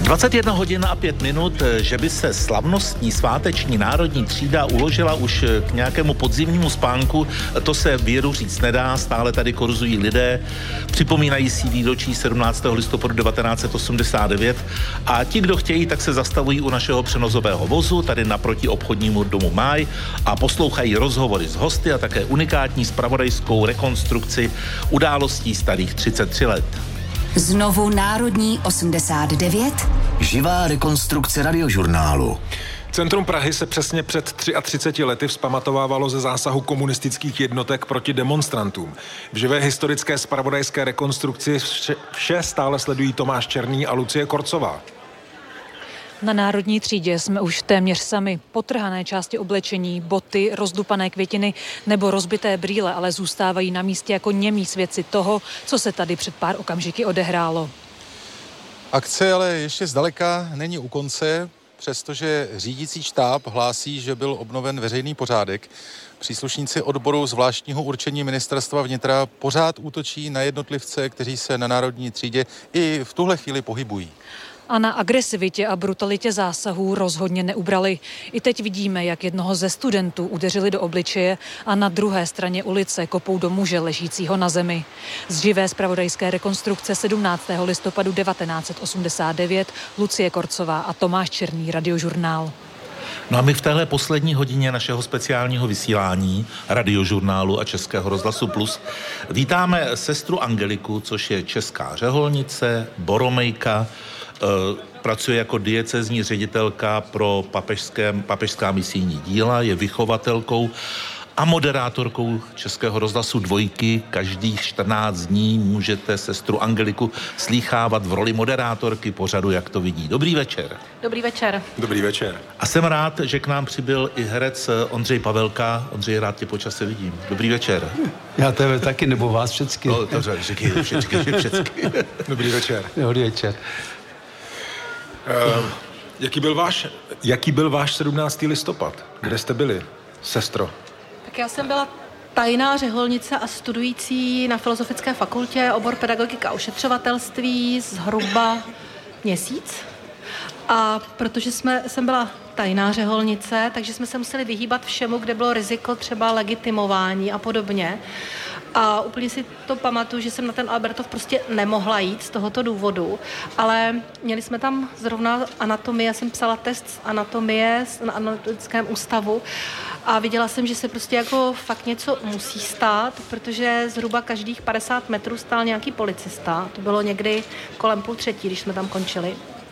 21 hodin a 5 minut, že by se slavnostní sváteční národní třída uložila už k nějakému podzimnímu spánku, to se věru říct nedá, stále tady korzují lidé, připomínají si výročí 17. listopadu 1989 a ti, kdo chtějí, tak se zastavují u našeho přenosového vozu, tady naproti obchodnímu domu Máj a poslouchají rozhovory s hosty a také unikátní zpravodajskou rekonstrukci událostí starých 33 let. Znovu Národní 89. Živá rekonstrukce Radiožurnálu. Centrum Prahy se přesně před 33 lety vzpamatovávalo ze zásahu komunistických jednotek proti demonstrantům. V živé historické zpravodajské rekonstrukci vše stále sledují Tomáš Černý a Lucie Korcová. Na Národní třídě jsme už téměř sami. Potrhané části oblečení, boty, rozdupané květiny nebo rozbité brýle ale zůstávají na místě jako němí svědci toho, co se tady před pár okamžiky odehrálo. Akce ale ještě zdaleka není u konce, přestože řídící štáb hlásí, že byl obnoven veřejný pořádek. Příslušníci odboru zvláštního určení ministerstva vnitra pořád útočí na jednotlivce, kteří se na Národní třídě i v tuhle chvíli pohybují. A na agresivitě a brutalitě zásahů rozhodně neubrali. I teď vidíme, jak jednoho ze studentů udeřili do obličeje a na druhé straně ulice kopou do muže ležícího na zemi. Z živé zpravodajské rekonstrukce 17. listopadu 1989 Lucie Korcová a Tomáš Černý, Radiožurnál. No a my v téhle poslední hodině našeho speciálního vysílání Radiožurnálu a Českého rozhlasu Plus vítáme sestru Angeliku, což je česká řeholnice, boromejka, pracuje jako diecézní ředitelka pro papežská misijní díla, je vychovatelkou a moderátorkou Českého rozhlasu Dvojky. Každých 14 dní můžete sestru Angeliku slýchávat v roli moderátorky pořadu Jak to vidí. Dobrý večer. Dobrý večer. Dobrý večer. A jsem rád, že k nám přibyl i herec Ondřej Pavelka. Ondřej, rád tě po čase vidím. Dobrý večer. Já tebe taky, nebo vás všecky. No, to říkej všecky. Dobrý večer. Dobrý večer. Jaký byl váš 17. listopad? Kde jste byli, sestro? Tak já jsem byla tajná řeholnice a studující na Filozofické fakultě obor pedagogika a ošetřovatelství zhruba měsíc. A protože jsem byla tajná řeholnice, takže jsme se museli vyhýbat všemu, kde bylo riziko třeba legitimování a podobně. A úplně si to pamatuju, že jsem na ten Albertov prostě nemohla jít z tohoto důvodu, ale měli jsme tam zrovna anatomii, já jsem psala test z anatomie na anatomickém ústavu a viděla jsem, že se prostě jako fakt něco musí stát, protože zhruba každých 50 metrů stál nějaký policista, to bylo někdy kolem 2:30, když jsme tam končili.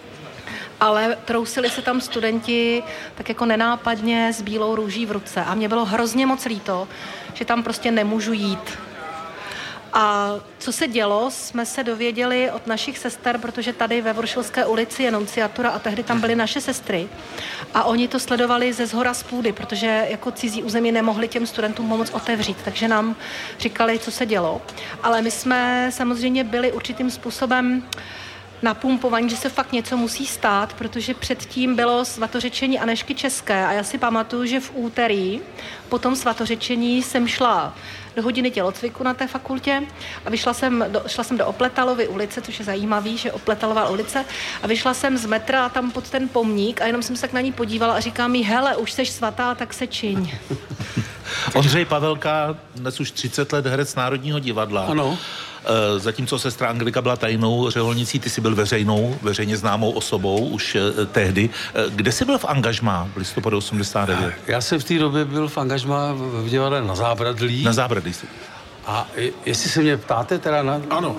Ale trousili se tam studenti tak jako nenápadně s bílou růží v ruce a mě bylo hrozně moc líto, že tam prostě nemůžu jít. A co se dělo, jsme se dověděli od našich sester, protože tady ve Voršilské ulici je nunciatura a tehdy tam byly naše sestry. A oni to sledovali ze zhora z půdy, protože jako cizí území nemohli těm studentům moc otevřít, takže nám říkali, co se dělo. Ale my jsme samozřejmě byli určitým způsobem napumpovaní, že se fakt něco musí stát, protože předtím bylo svatořečení Anežky České a já si pamatuju, že v úterý po tom svatořečení jsem šla do hodiny tělocviku na té fakultě a šla jsem do Opletalovy ulice, což je zajímavý, že Opletalová ulice, a vyšla jsem z metra tam pod ten pomník a jenom jsem se na ní podívala a říká mi, hele, už seš svatá, tak se čiň. Ondřej Pavelka, dnes už 30 let herec Národního divadla. Ano. Zatímco sestra Angelika byla tajnou řeholnicí, ty jsi byl veřejně známou osobou už tehdy. Kde jsi byl v angažmá v listopadu 89? Já jsem v té době byl v angažmá v divadle Na Zábradlí. Na Zábradlí jsi. A jestli se mě ptáte teda na... Ano.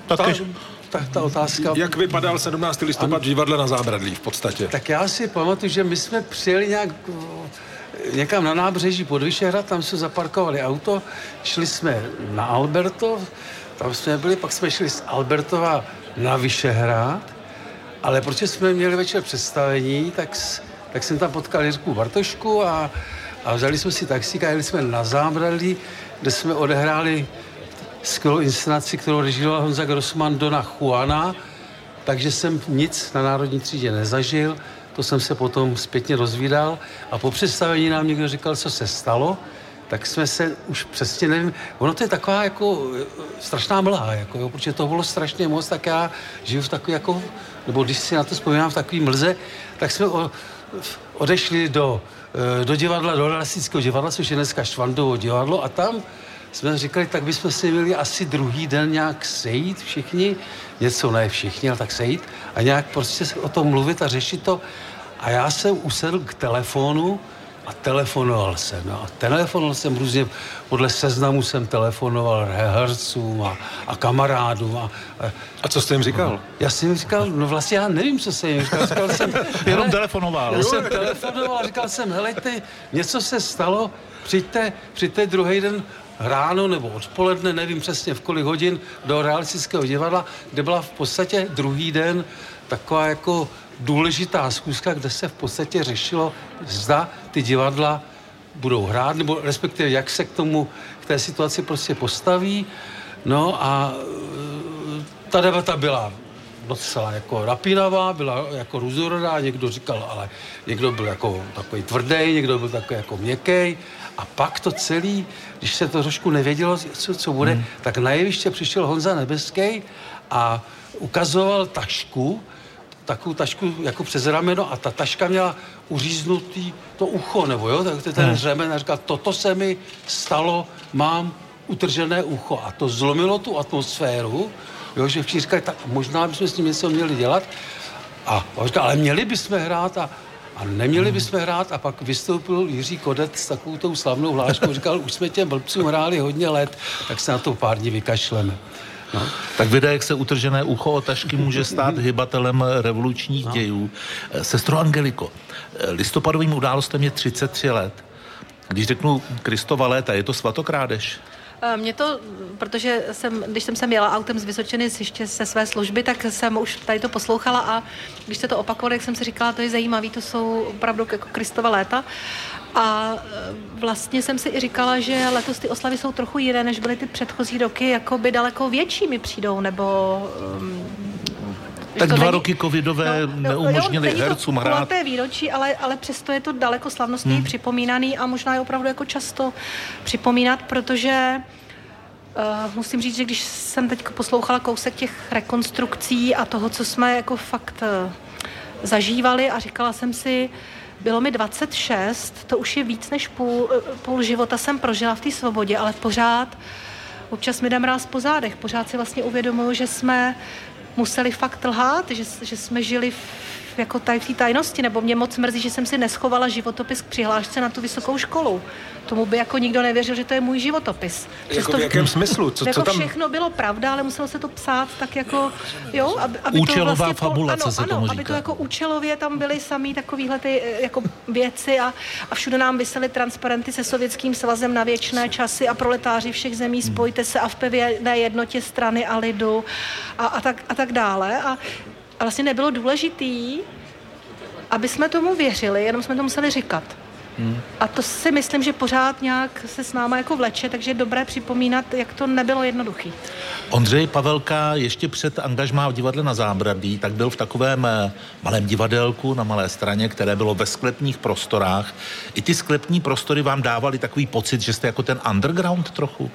Ta otázka... Jak vypadal 17. listopad v divadle Na Zábradlí v podstatě? Tak já si pamatuju, že my jsme přijeli někam na nábřeží pod Vyšehrad, tam jsme zaparkovali auto, šli jsme na Albertov, tam jsme byli, pak jsme šli z Albertova na Vyšehrad, ale protože jsme měli večer představení, tak jsem tam potkal Jirku Bartošku a vzali jsme si taxík a jeli jsme na Zábradlí, kde jsme odehráli skvělou inscenaci, kterou režíroval Honza Grossman, Dona Juana, takže jsem nic na Národní třídě nezažil, to jsem se potom zpětně dozvídal a po představení nám někdo říkal, co se stalo, tak jsme se už přesně nevím, ono to je taková jako strašná mlha, jako, jo, protože to bylo strašně moc, tak já žiju v takový jako, nebo když si na to vzpomínám v takový mlze, tak jsme odešli do divadla, do Realistického divadla, což je dneska Švandovo divadlo, a tam jsme říkali, tak bychom si měli asi druhý den nějak sejít všichni, něco ne všichni, ale tak sejít a nějak prostě o tom mluvit a řešit to. A já jsem usedl k telefonu a telefonoval jsem. No. A telefonoval jsem různě, podle seznamu jsem telefonoval hercům a kamarádům. A co jste jim říkal? Já jsem jim říkal, no vlastně já nevím, co jsem jim říkal. Jenom telefonoval. Já jsem telefonoval a říkal jsem, helejte, něco se stalo, přijďte druhý den ráno nebo odpoledne, nevím přesně v kolik hodin, do Realistického divadla, kde byla v podstatě druhý den taková jako důležitá schůzka, kde se v podstatě řešilo, zda ty divadla budou hrát, nebo respektive jak se k té situaci prostě postaví. No a ta debata byla docela jako napínavá, byla jako různorodá, někdo říkal, ale někdo byl jako takový tvrdý, někdo byl takový jako měkký. A pak to celý, když se to trošku nevědělo, co bude, tak na jeviště přišel Honza Nebeský a ukazoval tašku, takovou tašku jako přes rameno a ta taška měla uříznutý to ucho, nebo jo, tak ten řemen a říkal, toto se mi stalo, mám utržené ucho a to zlomilo tu atmosféru, jo, že všichni říkali, tak možná bychom s tím něco měli dělat a on říkal, ale měli bychom hrát a neměli bychom hrát a pak vystoupil Jiří Kodet s takovou tou slavnou hláškou, říkal, už jsme těm blbcům hráli hodně let, tak se na to pár dní vykašleme. No. Tak videa, jak se utržené ucho o tašky může stát hybatelem revolučních dějů. Sestro Angeliko, listopadovým událostem je 33 let. Když řeknu Kristova léta, je to svatokrádež? Mě to, protože když jsem sem jela autem z Vysočiny ještě ze své služby, tak jsem už tady to poslouchala a když se to opakovalo, jak jsem si říkala, to je zajímavý, to jsou opravdu jako Kristova léta. A vlastně jsem si i říkala, že letos ty oslavy jsou trochu jiné, než byly ty předchozí roky, jako by daleko větší mi přijdou, nebo... Tak 2 roky covidové neumožnili hercům hrát. Kulaté výročí, ale přesto je to daleko slavnostněji připomínaný a možná je opravdu jako často připomínat, protože musím říct, že když jsem teď poslouchala kousek těch rekonstrukcí a toho, co jsme jako fakt zažívali a říkala jsem si, bylo mi 26, to už je víc než půl života jsem prožila v té svobodě, ale pořád občas mi dá mráz po zádech, pořád si vlastně uvědomuju, že jsme museli fakt lhát, že jsme žili jako tady v té tajnosti, nebo mě moc mrzí, že jsem si neschovala životopis k přihlášce na tu vysokou školu. Tomu by jako nikdo nevěřil, že to je můj životopis. Jako v jakém smyslu? Co tam... Všechno bylo pravda, ale muselo se to psát tak jako, jo, aby účelová to vlastně fabulace se tomu říká. Aby to jako účelově tam byly samý takovýhle ty jako věci a všude nám visely transparenty se Sovětským svazem na věčné časy a proletáři všech zemí spojte se a v pevné jednotě strany a lidu a tak dále. A vlastně nebylo důležitý, aby jsme tomu věřili, jenom jsme to museli říkat. A to si myslím, že pořád nějak se s náma jako vleče, takže je dobré připomínat, jak to nebylo jednoduchý. Ondřej Pavelka ještě před angažmá v divadle Na Zábradlí, tak byl v takovém malém divadelku na Malé Straně, které bylo ve sklepních prostorách. I ty sklepní prostory vám dávaly takový pocit, že jste jako ten underground trochu?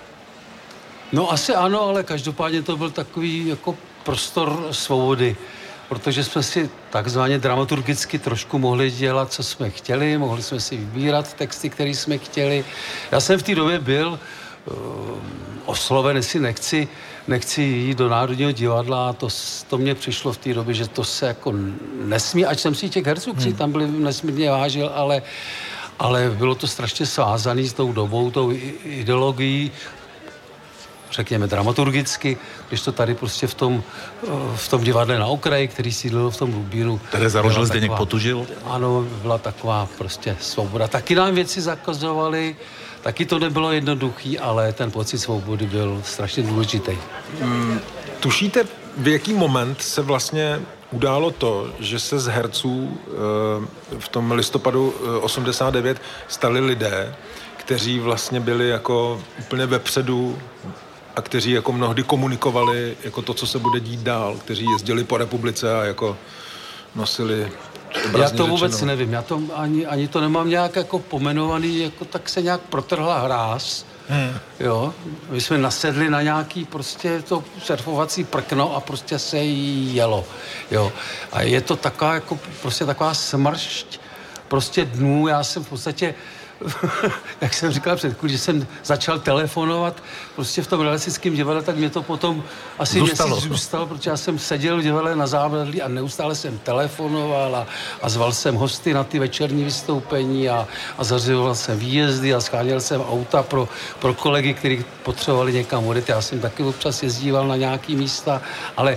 No asi ano, ale každopádně to byl takový jako prostor svobody, protože jsme si takzvaně dramaturgicky trošku mohli dělat, co jsme chtěli, mohli jsme si vybírat texty, které jsme chtěli. Já jsem v té době byl osloven, jestli nechci jít do Národního divadla a to mně přišlo v té době, že to se jako nesmí, ať jsem si těch herců, kteří tam byli, nesmírně vážil, ale bylo to strašně svázané s tou dobou, tou ideologií, řekněme dramaturgicky, když to tady prostě v tom divadle na okraji, který sídlil v tom Rubínu. Které založil Zdeněk Potužil? Ano, byla taková prostě svoboda. Taky nám věci zakazovali, taky to nebylo jednoduchý, ale ten pocit svobody byl strašně důležitý. Tušíte, v jaký moment se vlastně událo to, že se z herců v tom listopadu 89 stali lidé, kteří vlastně byli jako úplně vepředu a kteří jako mnohdy komunikovali jako to, co se bude dít dál, kteří jezdili po republice a jako nosili Já to vůbec nevím, já to ani to nemám nějak jako pomenovaný, jako tak se nějak protrhla hráz. Jo, my jsme nasedli na nějaký prostě to surfovací prkno a prostě se jelo, jo. A je to taková jako prostě taková smršť prostě dnů, já jsem v podstatě jak jsem říkal předtím, když jsem začal telefonovat prostě v tom realistickém divadle, tak mě to potom asi měsíc zůstalo, protože já jsem seděl v divadle na zábradlí a neustále jsem telefonoval a zval jsem hosty na ty večerní vystoupení a zařizoval jsem výjezdy a scháněl jsem auta pro kolegy, kteří potřebovali někam odjet. Já jsem taky občas jezdíval na nějaký místa, ale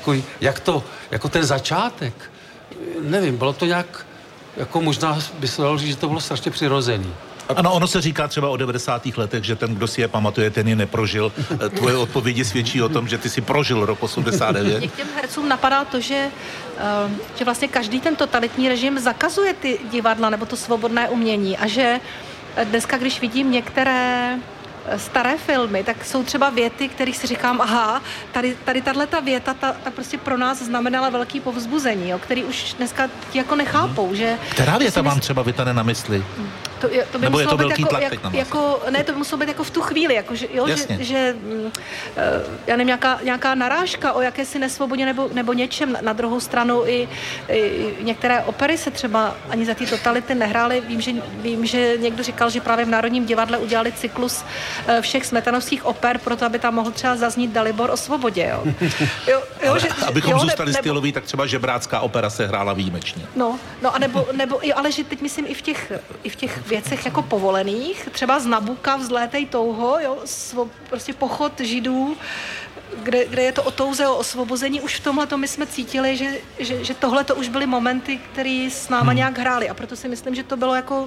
jako ten začátek, nevím, bylo to nějak jako možná by se dalo říct, že to bylo strašně přirozený. Ano, ono se říká třeba o 90. letech, že ten, kdo si je pamatuje, ten je neprožil. Tvoje odpovědi svědčí o tom, že ty si prožil rok 89. Mě k těm hercům napadá to, že vlastně každý ten totalitní režim zakazuje ty divadla nebo to svobodné umění a že dneska, když vidím některé staré filmy, tak jsou třeba věty, kterých si říkám, aha, tady tato věta, ta prostě pro nás znamenala velký povzbuzení, jo, který už dneska ti jako nechápou, že... Která věta vám třeba vytane na mysli? To by nebo je to velký tlak teď na ne, to by muselo být jako v tu chvíli, jako, že já nevím, nějaká narážka o jakési nesvobodě nebo něčem. Na druhou stranu i některé opery se třeba ani za ty totality nehrály. Vím, že někdo říkal, že právě v Národním divadle udělali cyklus všech smetanovských oper, proto aby tam mohl třeba zaznít Dalibor o svobodě. Jo. Abychom zůstali styloví, tak třeba Žebrácká opera se hrála výjimečně. No a nebo ale že teď myslím i v těch věcech jako povolených, třeba z Nabuka Vzlétej touho, jo, prostě pochod Židů, kde je to o touze, o osvobození, už v tomhleto my jsme cítili, že tohle to už byly momenty, které s náma nějak hrály a proto si myslím, že to bylo jako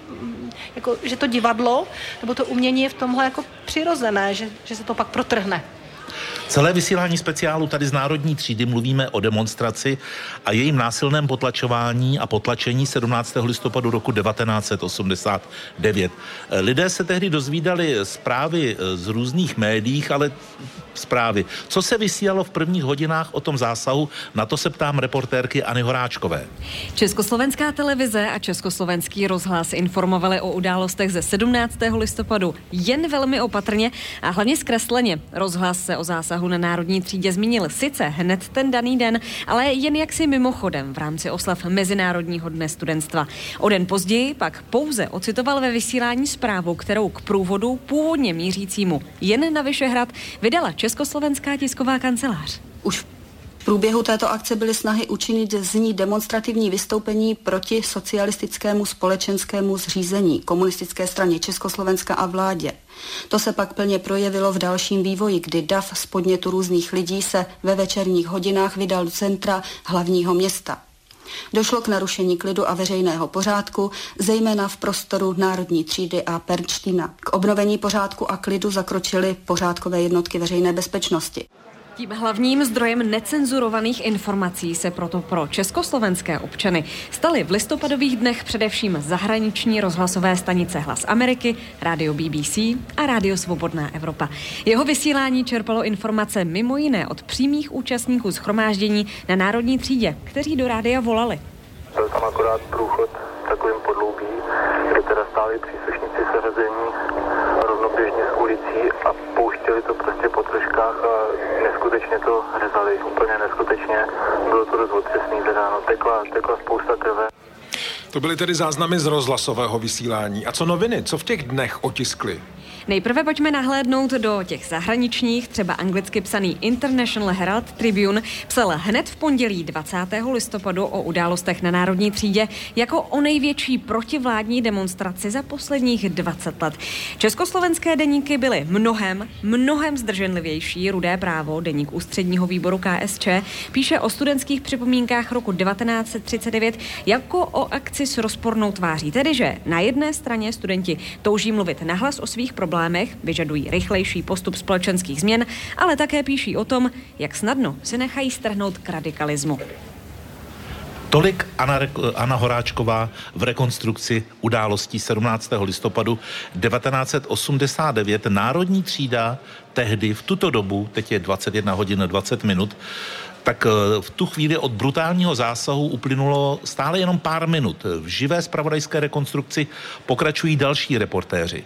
že to divadlo, nebo to umění je v tomhle jako přirozené, že se to pak protrhne. Celé vysílání speciálu tady z Národní třídy mluvíme o demonstraci a jejím násilném potlačování a potlačení 17. listopadu roku 1989. Lidé se tehdy dozvídali zprávy z různých médií, ale zprávy. Co se vysílalo v prvních hodinách o tom zásahu, na to se ptám reportérky Anny Horáčkové. Československá televize a Československý rozhlas informovali o událostech ze 17. listopadu jen velmi opatrně a hlavně zkresleně. Rozhlas se o zásahu na Národní třídě zmínil sice hned ten daný den, ale jen jaksi mimochodem v rámci oslav Mezinárodního dne studentstva. O den později pak pouze ocitoval ve vysílání zprávu, kterou k průvodu původně mířícímu jen na Vyšehrad vydala Československá tisková kancelář. Už v průběhu této akce byly snahy učinit z ní demonstrativní vystoupení proti socialistickému společenskému zřízení, komunistické straně Československa a vládě. To se pak plně projevilo v dalším vývoji, kdy dav z podnětu různých lidí se ve večerních hodinách vydal do centra hlavního města. Došlo k narušení klidu a veřejného pořádku, zejména v prostoru Národní třídy a Pernštína. K obnovení pořádku a klidu zakročily pořádkové jednotky veřejné bezpečnosti. Tím hlavním zdrojem necenzurovaných informací se proto pro československé občany staly v listopadových dnech především zahraniční rozhlasové stanice Hlas Ameriky, rádio BBC a rádio Svobodná Evropa. Jeho vysílání čerpalo informace mimo jiné od přímých účastníků shromáždění na Národní třídě, kteří do rádia volali. Byl tam akorát průchod takovým podloubí, kde teda stáli příslušníci seřazení rovnoběžně s ulicí a pouštěli to prostě po troškách a neskutečně to řezali, úplně neskutečně. Bylo to dost otřesný, teda tekla spousta krve. To byly tedy záznamy z rozhlasového vysílání. A co noviny? Co v těch dnech otiskly? Nejprve pojďme nahlédnout do těch zahraničních, třeba anglicky psaný International Herald Tribune psal hned v pondělí 20. listopadu o událostech na Národní třídě jako o největší protivládní demonstraci za posledních 20 let. Československé deníky byly mnohem zdrženlivější. Rudé právo, deník ústředního výboru KSČ, píše o studentských připomínkách roku 1939 jako o akci s rozpornou tváří. Tedy, že na jedné straně studenti touží mluvit nahlas o svých problémech, vyžadují rychlejší postup společenských změn, ale také píší o tom, jak snadno se nechají strhnout k radikalismu. Tolik Anna Horáčková v rekonstrukci událostí 17. listopadu 1989. Národní třída tehdy v tuto dobu, teď je 21 hodin 20 minut, Tak v tu chvíli od brutálního zásahu uplynulo stále jenom pár minut. V živé zpravodajské rekonstrukci pokračují další reportéři.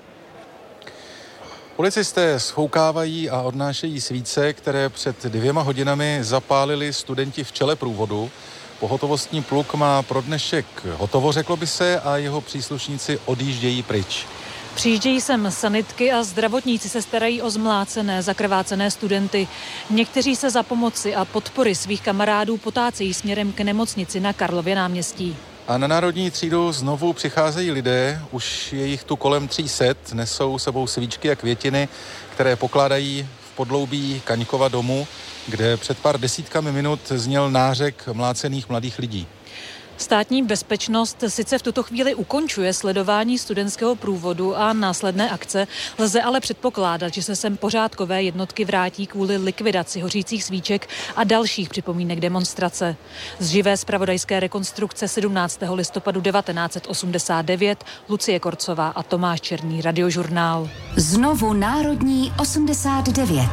Policisté sfoukávají a odnášejí svíce, které před 2 hodinami zapálili studenti v čele průvodu. Pohotovostní pluk má pro dnešek hotovo, řeklo by se, a jeho příslušníci odjíždějí pryč. Přijíždějí sem sanitky a zdravotníci se starají o zmlácené, zakrvácené studenty. Někteří se za pomoci a podpory svých kamarádů potácejí směrem k nemocnici na Karlově náměstí. A na Národní třídu znovu přicházejí lidé, už je jich tu kolem 300, nesou sebou svíčky a květiny, které pokládají v podloubí Kaňkova domu, kde před pár desítkami minut zněl nářek mlácených mladých lidí. Státní bezpečnost sice v tuto chvíli ukončuje sledování studentského průvodu a následné akce, lze ale předpokládat, že se sem pořádkové jednotky vrátí kvůli likvidaci hořících svíček a dalších připomínek demonstrace. Z živé zpravodajské rekonstrukce 17. listopadu 1989 Lucie Korcová a Tomáš Černý, Radiožurnál. Znovu Národní 89.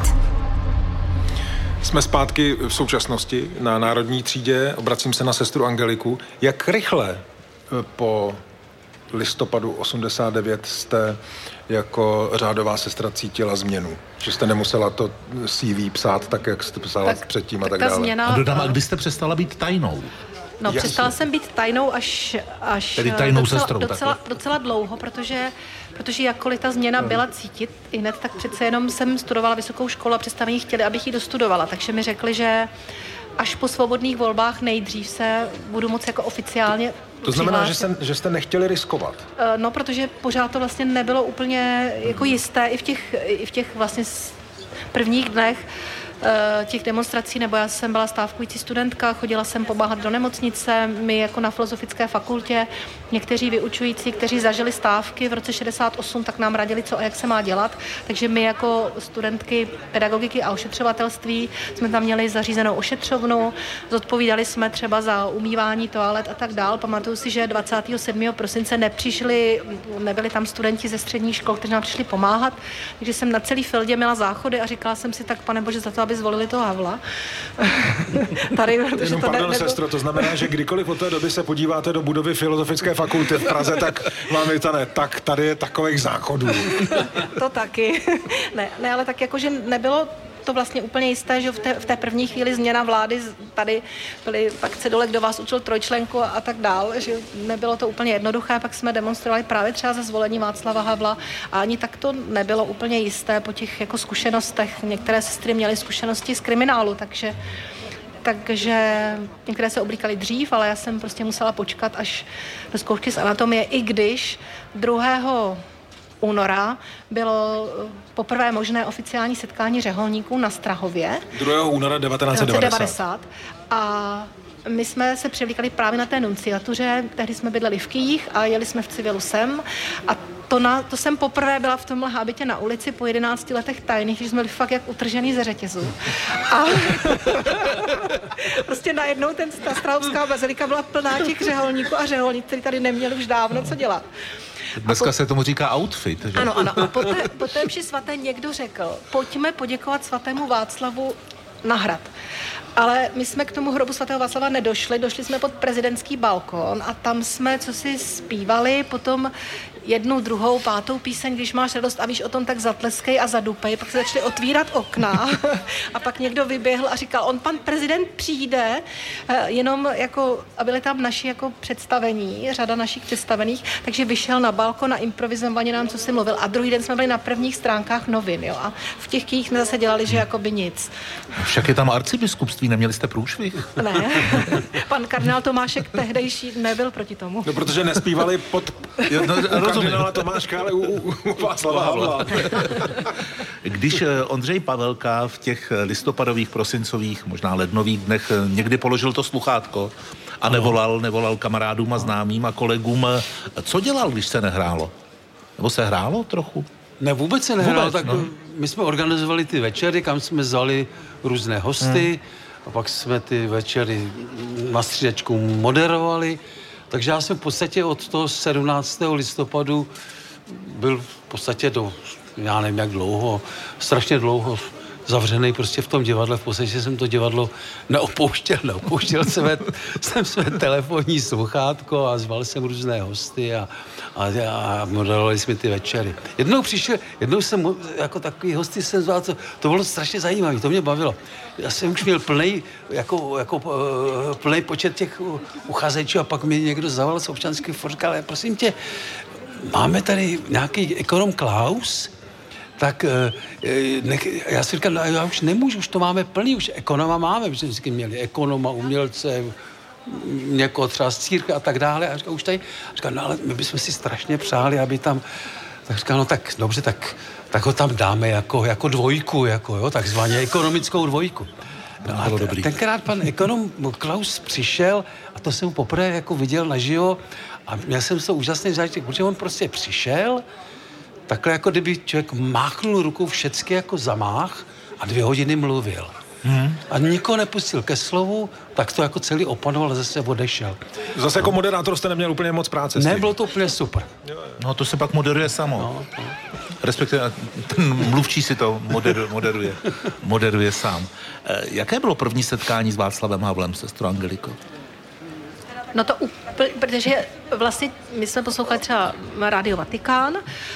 Jsme zpátky v současnosti na Národní třídě. Obracím se na sestru Angeliku. Jak rychle po listopadu 89 jste jako řádová sestra cítila změnu? Že jste nemusela to CV psát tak, jak jste psala předtím a tak dále. Změna, a dodám, a kdy jste přestala být tajnou? No, přestala jsem být tajnou až tedy tajnou sestrou, docela dlouho, protože jakkoliv ta změna byla cítit i hned, tak přece jenom jsem studovala vysokou školu a představení chtěli, abych ji dostudovala. Takže mi řekli, že až po svobodných volbách nejdřív se budu moct jako oficiálně To znamená, že jste nechtěli riskovat? No, protože pořád to vlastně nebylo úplně jako jisté i v těch vlastně prvních dnech těch demonstrací, nebo já jsem byla stávkující studentka, chodila jsem pomáhat do nemocnice, my jako na Filozofické fakultě, někteří vyučující, kteří zažili stávky v roce 68, tak nám radili, co a jak se má dělat, takže my jako studentky pedagogiky a ošetřovatelství jsme tam měli zařízenou ošetřovnu, zodpovídali jsme třeba za umývání toalet a tak dál. Pamatuju si, že 27. prosince nebyli tam studenti ze středních škol, kteří nám přišli pomáhat, takže jsem na celý Fildě měla záchody a říkala jsem si, tak pane bože, za to, aby zvolili toho Havla. Tady, jenom pardon, sestro, to znamená, že kdykoliv od té doby se podíváte do budovy Filozofické fakulty v Praze, tak vám vytane, tak tady je takových záchodů. To taky. Ne, ale tak jako, že nebylo to vlastně úplně jisté, že v té první chvíli změna vlády, tady byly akce dole, kdo vás učil trojčlenku a tak dál, že nebylo to úplně jednoduché, pak jsme demonstrovali právě třeba za zvolení Václava Havla a ani tak to nebylo úplně jisté po těch jako zkušenostech. Některé sestry měly zkušenosti z kriminálu, takže některé se oblíkaly dřív, ale já jsem prostě musela počkat až do zkoušky z anatomie, i když 2. února bylo poprvé možné oficiální setkání řeholníků na Strahově. 2. února 1990. A my jsme se přivlíkali právě na té nunciatuře, tehdy jsme bydleli v Kyjích a jeli jsme v civilu sem a to jsem poprvé byla v tomhle habitě na ulici po 11 letech tajných, že jsme byli fakt jak utržený ze řetězu. A prostě najednou ta Strahovská bazilika byla plná těch řeholníků a řeholník, kteří tady neměli už dávno co dělat. Dneska se tomu říká outfit, že? Ano. A po té mši svaté někdo řekl, pojďme poděkovat svatému Václavu na hrad. Ale my jsme k tomu hrobu svatého Václava nedošli, došli jsme pod prezidentský balkon a tam jsme cosi zpívali, potom 1., 2., 5. píseň, když máš radost a víš o tom, tak zatleskej a zadupej, pak se začaly otvírat okna a pak někdo vyběhl a říkal, pan prezident přijde, jenom jako, a byli tam naši jako představení, řada našich představených, takže vyšel na balkon a improvizovaně nám, co si mluvil. A druhý den jsme byli na prvních stránkách novin, jo, a v těch Kyjích jsme zase dělali, že jakoby nic. Však je tam arcibiskupství, neměli jste průšvih? Ne, pan kardinál Tomášek tehdejší nebyl proti tomu. No, protože nespívali pod kardinála Tomáška, ale u Václava Havla. Když Ondřej Pavelka v těch listopadových, prosincových, možná lednových dnech někdy položil to sluchátko a nevolal kamarádům a známým a kolegům, co dělal, když se nehrálo? Nebo se hrálo trochu? Ne, vůbec se nehrálo. My jsme organizovali ty večery, kam jsme zvali různé hosty a pak jsme ty večery na střídačku moderovali. Takže já jsem v podstatě od toho 17. listopadu byl v podstatě já nevím jak dlouho, strašně dlouho zavřený prostě v tom divadle. V podstatě jsem to divadlo neopouštěl jsem své telefonní sluchátko a zval jsem různé hosty a moderovali jsme ty večery. Jednou jsem jako takový hosty jsem zval, to bylo strašně zajímavé, to mě bavilo. Já jsem už měl plný počet těch uchazečů a pak mi někdo zavolal z občanského fóra, ale prosím tě, máme tady nějaký ekonom Klaus, tak já si říkám, no, já už nemůžu, už to máme plný, už ekonoma máme, protože vždycky měli ekonoma, umělce, někoho třeba z církve a tak dále. A říkám, už tady, no ale my bychom si strašně přáli, aby tam, tak říkám, no tak dobře, tak ho tam dáme jako dvojku, takzvaně ekonomickou dvojku. No a tenkrát pan ekonom Klaus přišel a to jsem poprvé jako viděl naživo a měl jsem to úžasný zážitek, protože on prostě přišel, takhle jako kdyby člověk máchnul rukou všecky jako zamách a 2 hodiny mluvil. A nikoho nepustil ke slovu, tak to jako celý opanoval a zase odešel. Zase jako moderátor jste neměl úplně moc práce. Ne, bylo to úplně super. No to se pak moderuje samo. No. Respektive ten mluvčí si to moderuje sám. Jaké bylo první setkání s Václavem Havlem, sestro Angeliko? No to úplně, protože vlastně my jsme poslouchali třeba Rádio Vatikán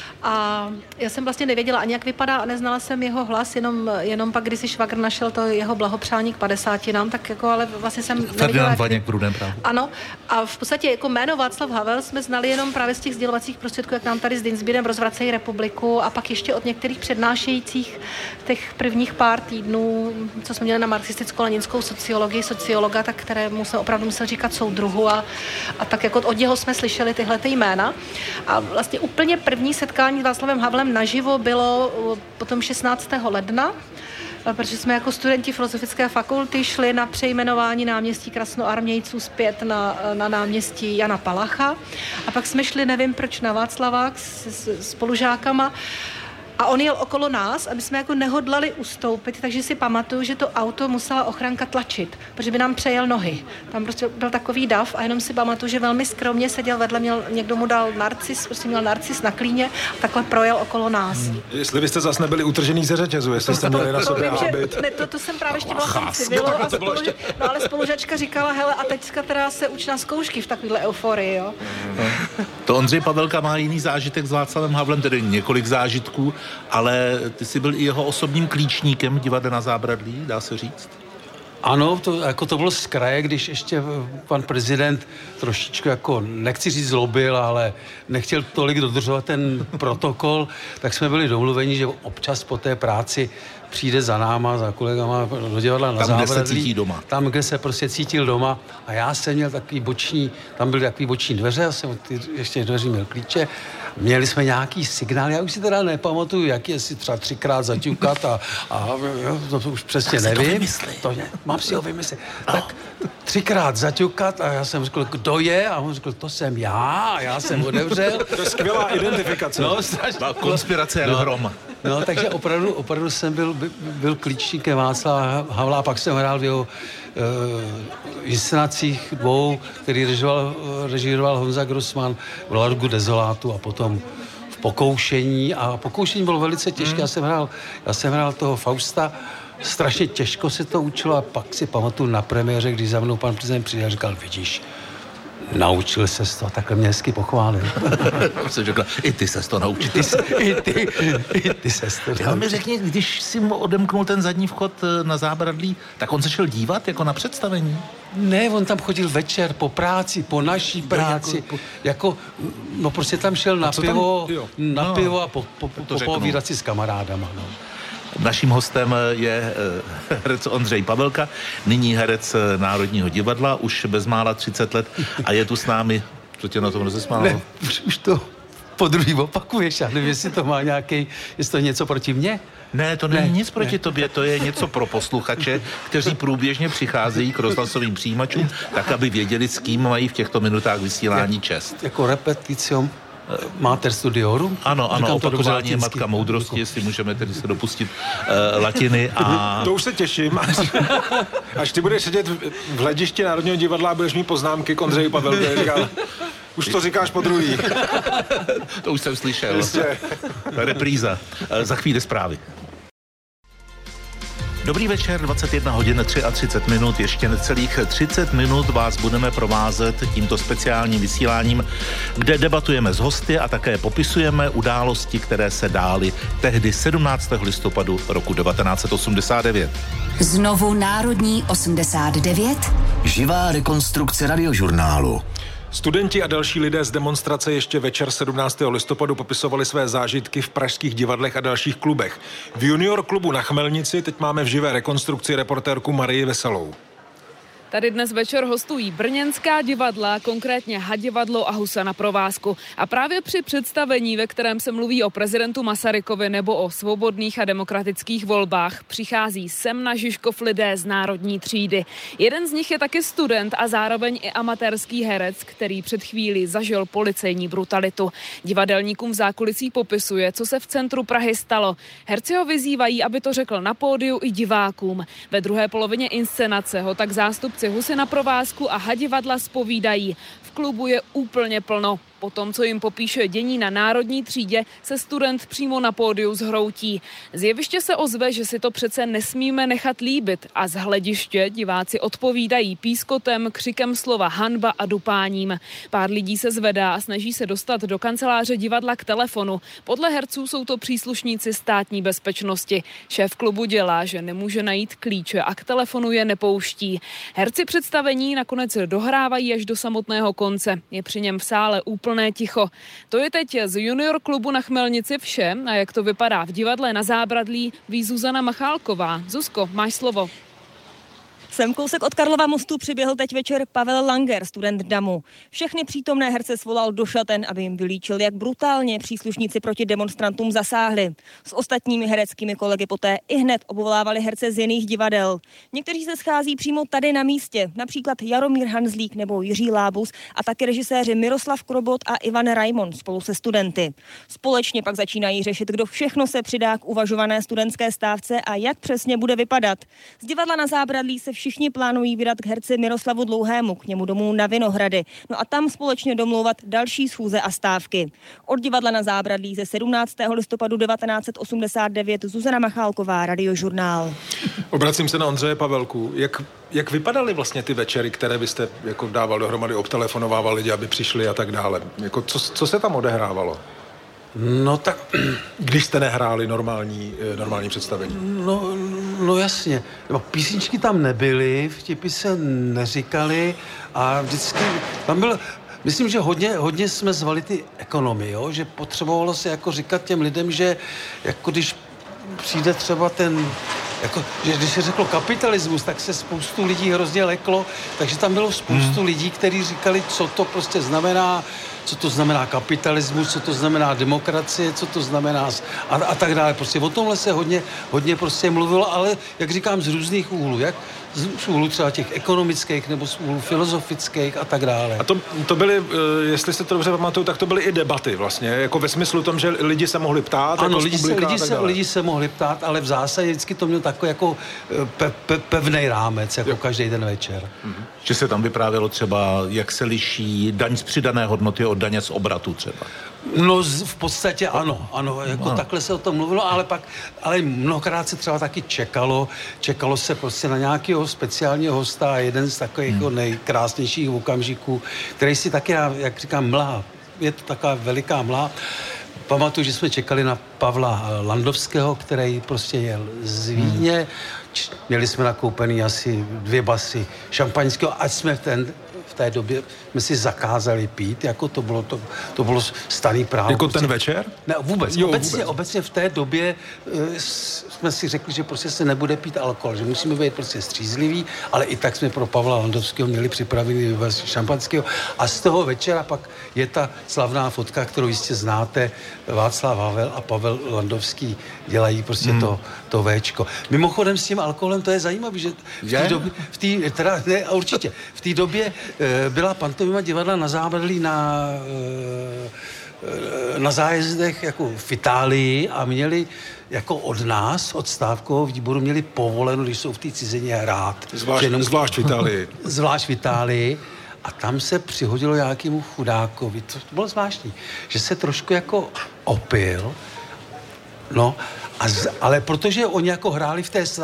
a já jsem vlastně nevěděla ani, jak vypadá a neznala jsem jeho hlas, jenom pak, když si švagr našel to jeho blahopřání k 50, tak jako, ale vlastně jsem nevěděla. Ferdinand Vaněk v Rudém Prahu. Ano, a v podstatě jako jméno Václav Havel jsme znali jenom právě z těch sdělovacích prostředků, jak nám tady s Dinsbyrem rozvracejí republiku a pak ještě od některých přednášejících těch prvních pár týdnů, co jsme měli na marxisticko-leninskou sociologa, tak kterému jsem opravdu musel říkat soudruhu a tak jako od něho jsme slyšeli tyhle jména. A vlastně úplně první setkání s Václavem Havlem naživo bylo potom 16. ledna, protože jsme jako studenti Filozofické fakulty šli na přejmenování náměstí Krasnoarmějců zpět na náměstí Jana Palacha a pak jsme šli, nevím proč, na Václavák s spolužákama a on jel okolo nás a my jsme jako nehodlali ustoupit, takže si pamatuju, že to auto musela ochranka tlačit, protože by nám přejel nohy. Tam prostě byl takový dav a jenom si pamatuju, že velmi skromně seděl vedle, někdo mu dal narcis, prostě měl narcis na klíně a takhle projel okolo nás. Jestli vy jste zase nebyli utržený ze řetězu, jestli jste měli na sobě hábit. Ne, to jsem právě ještě byla v tom civilu, no ale spolužačka říkala, hele, a teďka teda se uč na zkoušky v takovéhle euforii, jo. To Ondřej Pavelka má jiný zážitek s Václavem Havlem, tedy několik zážitků, ale ty jsi byl i jeho osobním klíčníkem Divadla Na zábradlí, dá se říct? Ano, to bylo z kraje, když ještě pan prezident trošičku jako, nechci říct zlobil, ale nechtěl tolik dodržovat ten protokol, tak jsme byli domluveni, že občas po té práci přijde za náma, za kolegama do Divadla Na zábradlí. Tam, kde se cítí doma. Tam, kde se prostě cítil doma. A já jsem měl tam byly takový boční dveře, já jsem ještě dveří měl klíče. Měli jsme nějaký signál, já už si teda nepamatuju, jak je si třeba 3krát zaťukat a to už přesně tak nevím. Mám si ho vymyslet. Tak 3krát zaťukat a já jsem řekl, kdo je? A on řekl, to jsem já jsem otevřel. To je skvělá identifikace. No, strašně. Konspirace a hrom. No, takže opravdu jsem byl klíčníkem Václava Havla a pak jsem hrál v jeho inscenacích 2, který režíroval Honza Grossman v Largu dezolátu a potom v Pokoušení. A Pokoušení bylo velice těžké. Já jsem hrál toho Fausta. Strašně těžko se to učilo a pak si pamatuju na premiéře, když za mnou pan prezident přijel a říkal, vidíš, naučil ses to, takhle mě hezky pochválil. Jsem řekl, i ty ses to naučil. I ty ses to naučil. Já mi řekni, když si mu odemknul ten zadní vchod Na zábradlí, tak on se šel dívat jako na představení? Ne, on tam chodil večer po práci, po naší práci. No prostě tam šel na pivo a popovídat si s kamarádama. No. Naším hostem je herec Ondřej Pavelka, nyní herec Národního divadla, už bezmála 30 let a je tu s námi. Co tě na tom rozesmálo? Ne, už to podruhý opakuješ, já nevím, jestli to má jestli to něco proti mně? Ne, to není nic proti tobě, to je něco pro posluchače, kteří průběžně přicházejí k rozhlasovým přijímačům, tak aby věděli, s kým mají v těchto minutách vysílání čest. Jako repeticium Mater studiorum? Ano, opakování je matka moudrosti, jestli můžeme tedy se dopustit latiny a... To už se těším. Až ty budeš sedět v hledišti Národního divadla a budeš mít poznámky k Ondřeji Pavelkovi. Říkal, už to říkáš po druhý. To už jsem slyšel. Repríza. Za chvíli zprávy. Dobrý večer, 21 hodin 33 minut, ještě necelých 30 minut vás budeme provázet tímto speciálním vysíláním, kde debatujeme s hosty a také popisujeme události, které se dály tehdy 17. listopadu roku 1989. Znovu Národní 89. Živá rekonstrukce radiožurnálu. Studenti a další lidé z demonstrace ještě večer 17. listopadu popisovali své zážitky v pražských divadlech a dalších klubech. V Junior klubu na Chmelnici teď máme v živé rekonstrukci reportérku Marii Veselou. Tady dnes večer hostují brněnská divadla, konkrétně Hadivadlo a Husa na provázku. A právě při představení, ve kterém se mluví o prezidentu Masarykovi nebo o svobodných a demokratických volbách, přichází sem na Žižkov lidé z národní třídy. Jeden z nich je taky student a zároveň i amatérský herec, který před chvílí zažil policejní brutalitu. Divadelníkům v zákulisí popisuje, co se v centru Prahy stalo. Herci ho vyzývají, aby to řekl na pódiu i divákům. Ve druhé polovině inscenace ho tak zástupci Husy na provázku a Hadivadla zpovídají. V klubu je úplně plno. Po tom, co jim popíše dění na národní třídě, se student přímo na pódiu zhroutí. Z jeviště se ozve, že si to přece nesmíme nechat líbit a z hlediště diváci odpovídají pískotem, křikem slova hanba a dupáním. Pár lidí se zvedá a snaží se dostat do kanceláře divadla k telefonu. Podle herců jsou to příslušníci státní bezpečnosti. Šéf klubu dělá, že nemůže najít klíče a k telefonu je nepouští. Herci představení nakonec dohrávají až do samotného konce. Je při něm v sále úplné ticho. To je teď z Junior klubu na Chmelnici vše a jak to vypadá v divadle na Zábradlí, ví Zuzana Machálková. Zuzko, máš slovo. Sem kousek od Karlova mostu přiběhl teď večer Pavel Langer, student DAMu. Všechny přítomné herce svolal do šaten, aby jim vylíčil, jak brutálně příslušníci proti demonstrantům zasáhli. S ostatními hereckými kolegy poté ihned obvolávali herce z jiných divadel. Někteří se schází přímo tady na místě, například Jaromír Hanzlík nebo Jiří Lábus a také režiséři Miroslav Krobot a Ivan Raimond spolu se studenty. Společně pak začínají řešit, kdo všechno se přidá k uvažované studentské stávce a jak přesně bude vypadat. Z divadla na Zábradlí se všichni plánují vydat k herci Miroslavu Dlouhému, k němu domů na Vinohrady. No a tam společně domlouvat další schůze a stávky. Od divadla na Zábradlí ze 17. listopadu 1989 Zuzana Machálková, Radiožurnál. Obracím se na Ondřeje Pavelku. Jak vypadaly vlastně ty večery, které byste jako dával dohromady, obtelefonovával lidi, aby přišli a tak dále? Jako co se tam odehrávalo? No tak... Když jste nehráli normální představení. No jasně. Písničky tam nebyly, vtipy se neříkali a vždycky tam byl... Myslím, že hodně jsme zvali ty ekonomy, jo? Že potřebovalo se jako říkat těm lidem, že jako když přijde třeba ten... Jako, že když se řeklo kapitalismus, tak se spoustu lidí hrozně leklo, takže tam bylo spoustu lidí, kteří říkali, co to prostě znamená, co to znamená kapitalismus, co to znamená demokracie, co to znamená a tak dále. Prostě o tomhle se hodně prostě mluvilo, ale jak říkám, z různých úhlů, jak z úhlů třeba těch ekonomických nebo z úhlů filozofických a tak dále. A to byly, jestli se to dobře pamatuju, tak to byly i debaty vlastně, jako ve smyslu tom, že lidi se mohli ptát. Ano, jako lidi se mohli ptát, ale v zásadě vždycky to mělo takový jako pevný rámec, jako každý den večer. Že se tam vyprávělo třeba, jak se liší daň z přidané hodnoty od daně z obratu třeba. No v podstatě ano, jako takhle se o tom mluvilo, ale mnohokrát se třeba taky čekalo se prostě na nějakého speciálního hosta a jeden z takových nejkrásnějších okamžiků, který si taky, jak říkám, mlha, je to taková veliká mlha. Pamatuju, že jsme čekali na Pavla Landovského, který prostě jel z Vídně. Měli jsme nakoupený asi 2 basy šampaňského, ať jsme v té době jsme si zakázali pít, jako to bylo starý právo. Jako ten večer? Ne, vůbec. Obecně v té době jsme si řekli, že prostě se nebude pít alkohol, že musíme být prostě střízliví, ale i tak jsme pro Pavla Landovského měli připravený šampanského a z toho večera pak je ta slavná fotka, kterou jistě znáte, Václav Havel a Pavel Landovský dělají prostě to véčko. Mimochodem s tím alkoholem to je zajímavé, že v té době byla pantomima divadla na Zábradlí na zájezdech jako v Itálii a měli jako od stávkového výboru měli povoleno, když jsou v té cizině hrát. Zvlášť v Itálii. Zvlášť v Itálii. A tam se přihodilo nějakému chudákovi. To bylo zvláštní, že se trošku jako opil, no, ale protože oni jako hráli v té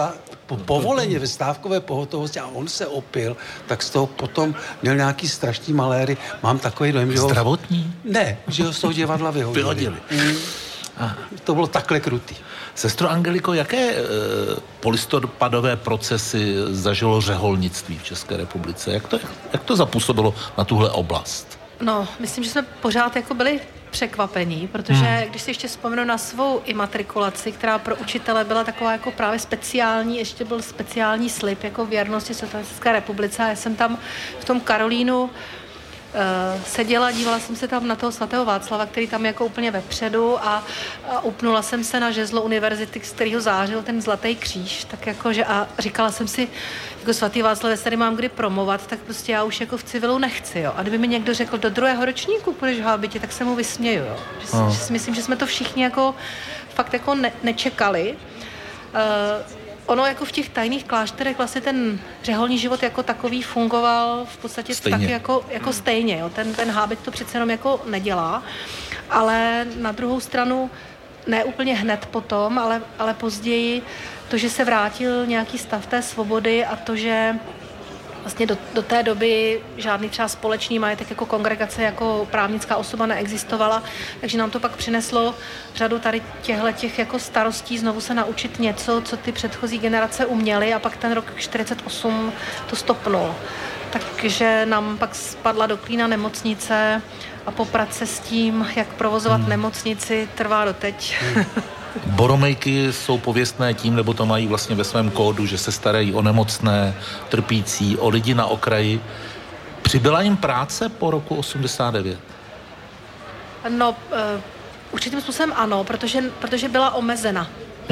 povoleně ve stávkové pohotovosti a on se opil, tak z toho potom měl nějaký strašný maléry. Mám takový dojem, že ho... Zdravotní? Ne, že ho z toho divadla vyhodili. To bylo takhle krutý. Sestro Angeliko, jaké polistopadové procesy zažilo řeholnictví v České republice? Jak to zapůsobilo na tuhle oblast? No, myslím, že jsme pořád jako byli překvapení, protože když si ještě vzpomenu na svou imatrikulaci, která pro učitele byla taková jako právě speciální, ještě byl speciální slib jako věrnosti Socialistické republice a já jsem tam v tom Karolínu seděla, dívala jsem se tam na toho svatého Václava, který tam jako úplně vepředu a upnula jsem se na žezlo univerzity, z kterého zářil ten zlatý kříž, tak jakože a říkala jsem si, jako svatý Václav, jestli tady mám kdy promovat, tak prostě já už jako v civilu nechci, jo. A kdyby mi někdo řekl, do 2. ročníku půjdeš v hábitě, tak se mu vysměju, jo. Že si myslím, že jsme to všichni jako fakt jako nečekali. Ono jako v těch tajných klášterech vlastně ten řeholní život jako takový fungoval v podstatě stejně. taky jako stejně. Jo. Ten hábit to přece jenom jako nedělá, ale na druhou stranu ne úplně hned potom, ale později to, že se vrátil nějaký stav té svobody a to, že vlastně do té doby žádný třeba společný majetek jako kongregace, jako právnická osoba neexistovala, takže nám to pak přineslo řadu tady těch jako starostí znovu se naučit něco, co ty předchozí generace uměly a pak ten rok 48 to stopnul. Takže nám pak spadla do klína nemocnice a poprat se s tím, jak provozovat nemocnici, trvá doteď. Boromejky jsou pověstné tím, nebo to mají vlastně ve svém kódu, že se starají o nemocné, trpící, o lidi na okraji. Přibyla jim práce po roku 89? No, určitým způsobem ano, protože byla omezena.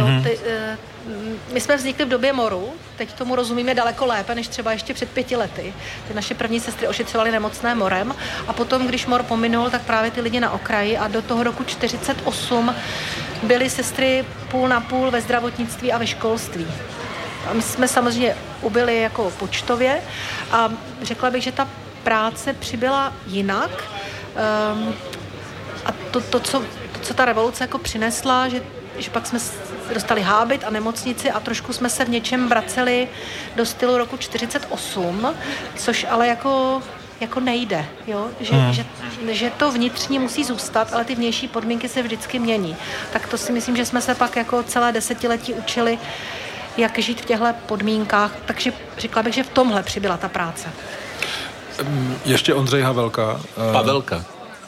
My jsme vznikli v době moru, teď tomu rozumíme daleko lépe, než třeba ještě před 5 lety. Ty naše první sestry ošetřovaly nemocné morem a potom, když mor pominul, tak právě ty lidi na okraji a do toho roku 48 byly sestry půl na půl ve zdravotnictví a ve školství. A my jsme samozřejmě ubyli jako počtově a řekla bych, že ta práce přibyla jinak. A to, co ta revoluce jako přinesla, že pak jsme dostali hábit a nemocnici a trošku jsme se v něčem vraceli do stylu roku 48, což ale jako nejde, jo? Že to vnitřní musí zůstat, ale ty vnější podmínky se vždycky mění. Tak to si myslím, že jsme se pak jako celé desetiletí učili, jak žít v těchto podmínkách, takže řekla bych, že v tomhle přibyla ta práce. Ještě Ondřej Havelka. Pavelka.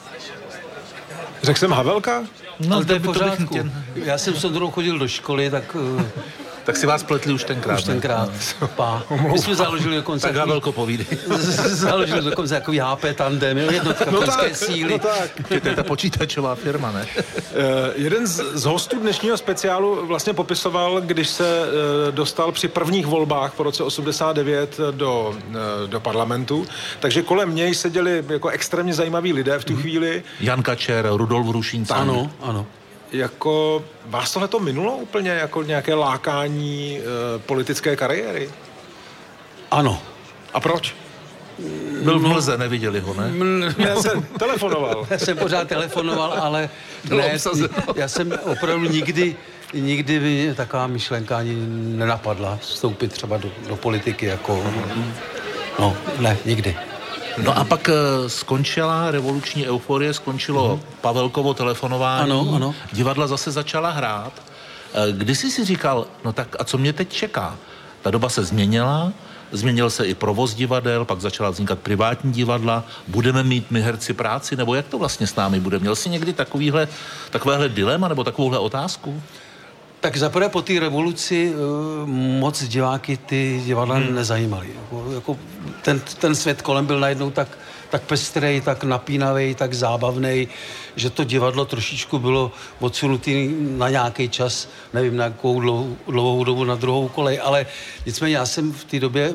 Řekl jsem Havelka? No, ale to je v pořádku. Já jsem s Ondrou chodil do školy, tak si vás pletli už tenkrát. Už tenkrát. My jsme založili dokonce... Tak Havelko povídej. Založili dokonce takový HP tandem, jednotka konské síly. No tak. To je ta počítačová firma, ne? Jeden z hostů dnešního speciálu vlastně popisoval, když se dostal při prvních volbách po roce 89 do parlamentu, takže kolem něj seděli jako extrémně zajímaví lidé v tu chvíli. Jan Kačer, Rudolf Hrušínský. Ano. Jako vás tohle to minulo úplně jako nějaké lákání politické kariéry? Ano. A proč? Byl v mlze, neviděli ho, ne? Já jsem telefonoval. Já jsem pořád telefonoval, ale ne, já jsem opravdu nikdy by taková myšlenka ani nenapadla vstoupit třeba do politiky jako... No, ne, nikdy. No a pak skončila revoluční euforie, skončilo Pavelkovo telefonování. Ano. Divadla zase začala hrát. Kdy jsi si říkal, no tak a co mě teď čeká? Ta doba se změnila, změnil se i provoz divadel, pak začala vznikat privátní divadla. Budeme mít my herci práci, nebo jak to vlastně s námi bude? Měl jsi někdy takovéhle dilema nebo takovouhle otázku? Tak zaprvé po té revoluci moc diváky ty divadla nezajímaly. Jako ten svět kolem byl najednou tak pestrej, tak napínavý, tak zábavný, že to divadlo trošičku bylo odsunutý na nějaký čas, nevím na jakou dlouhou dobu, na druhou kolej, ale nicméně já jsem v té době,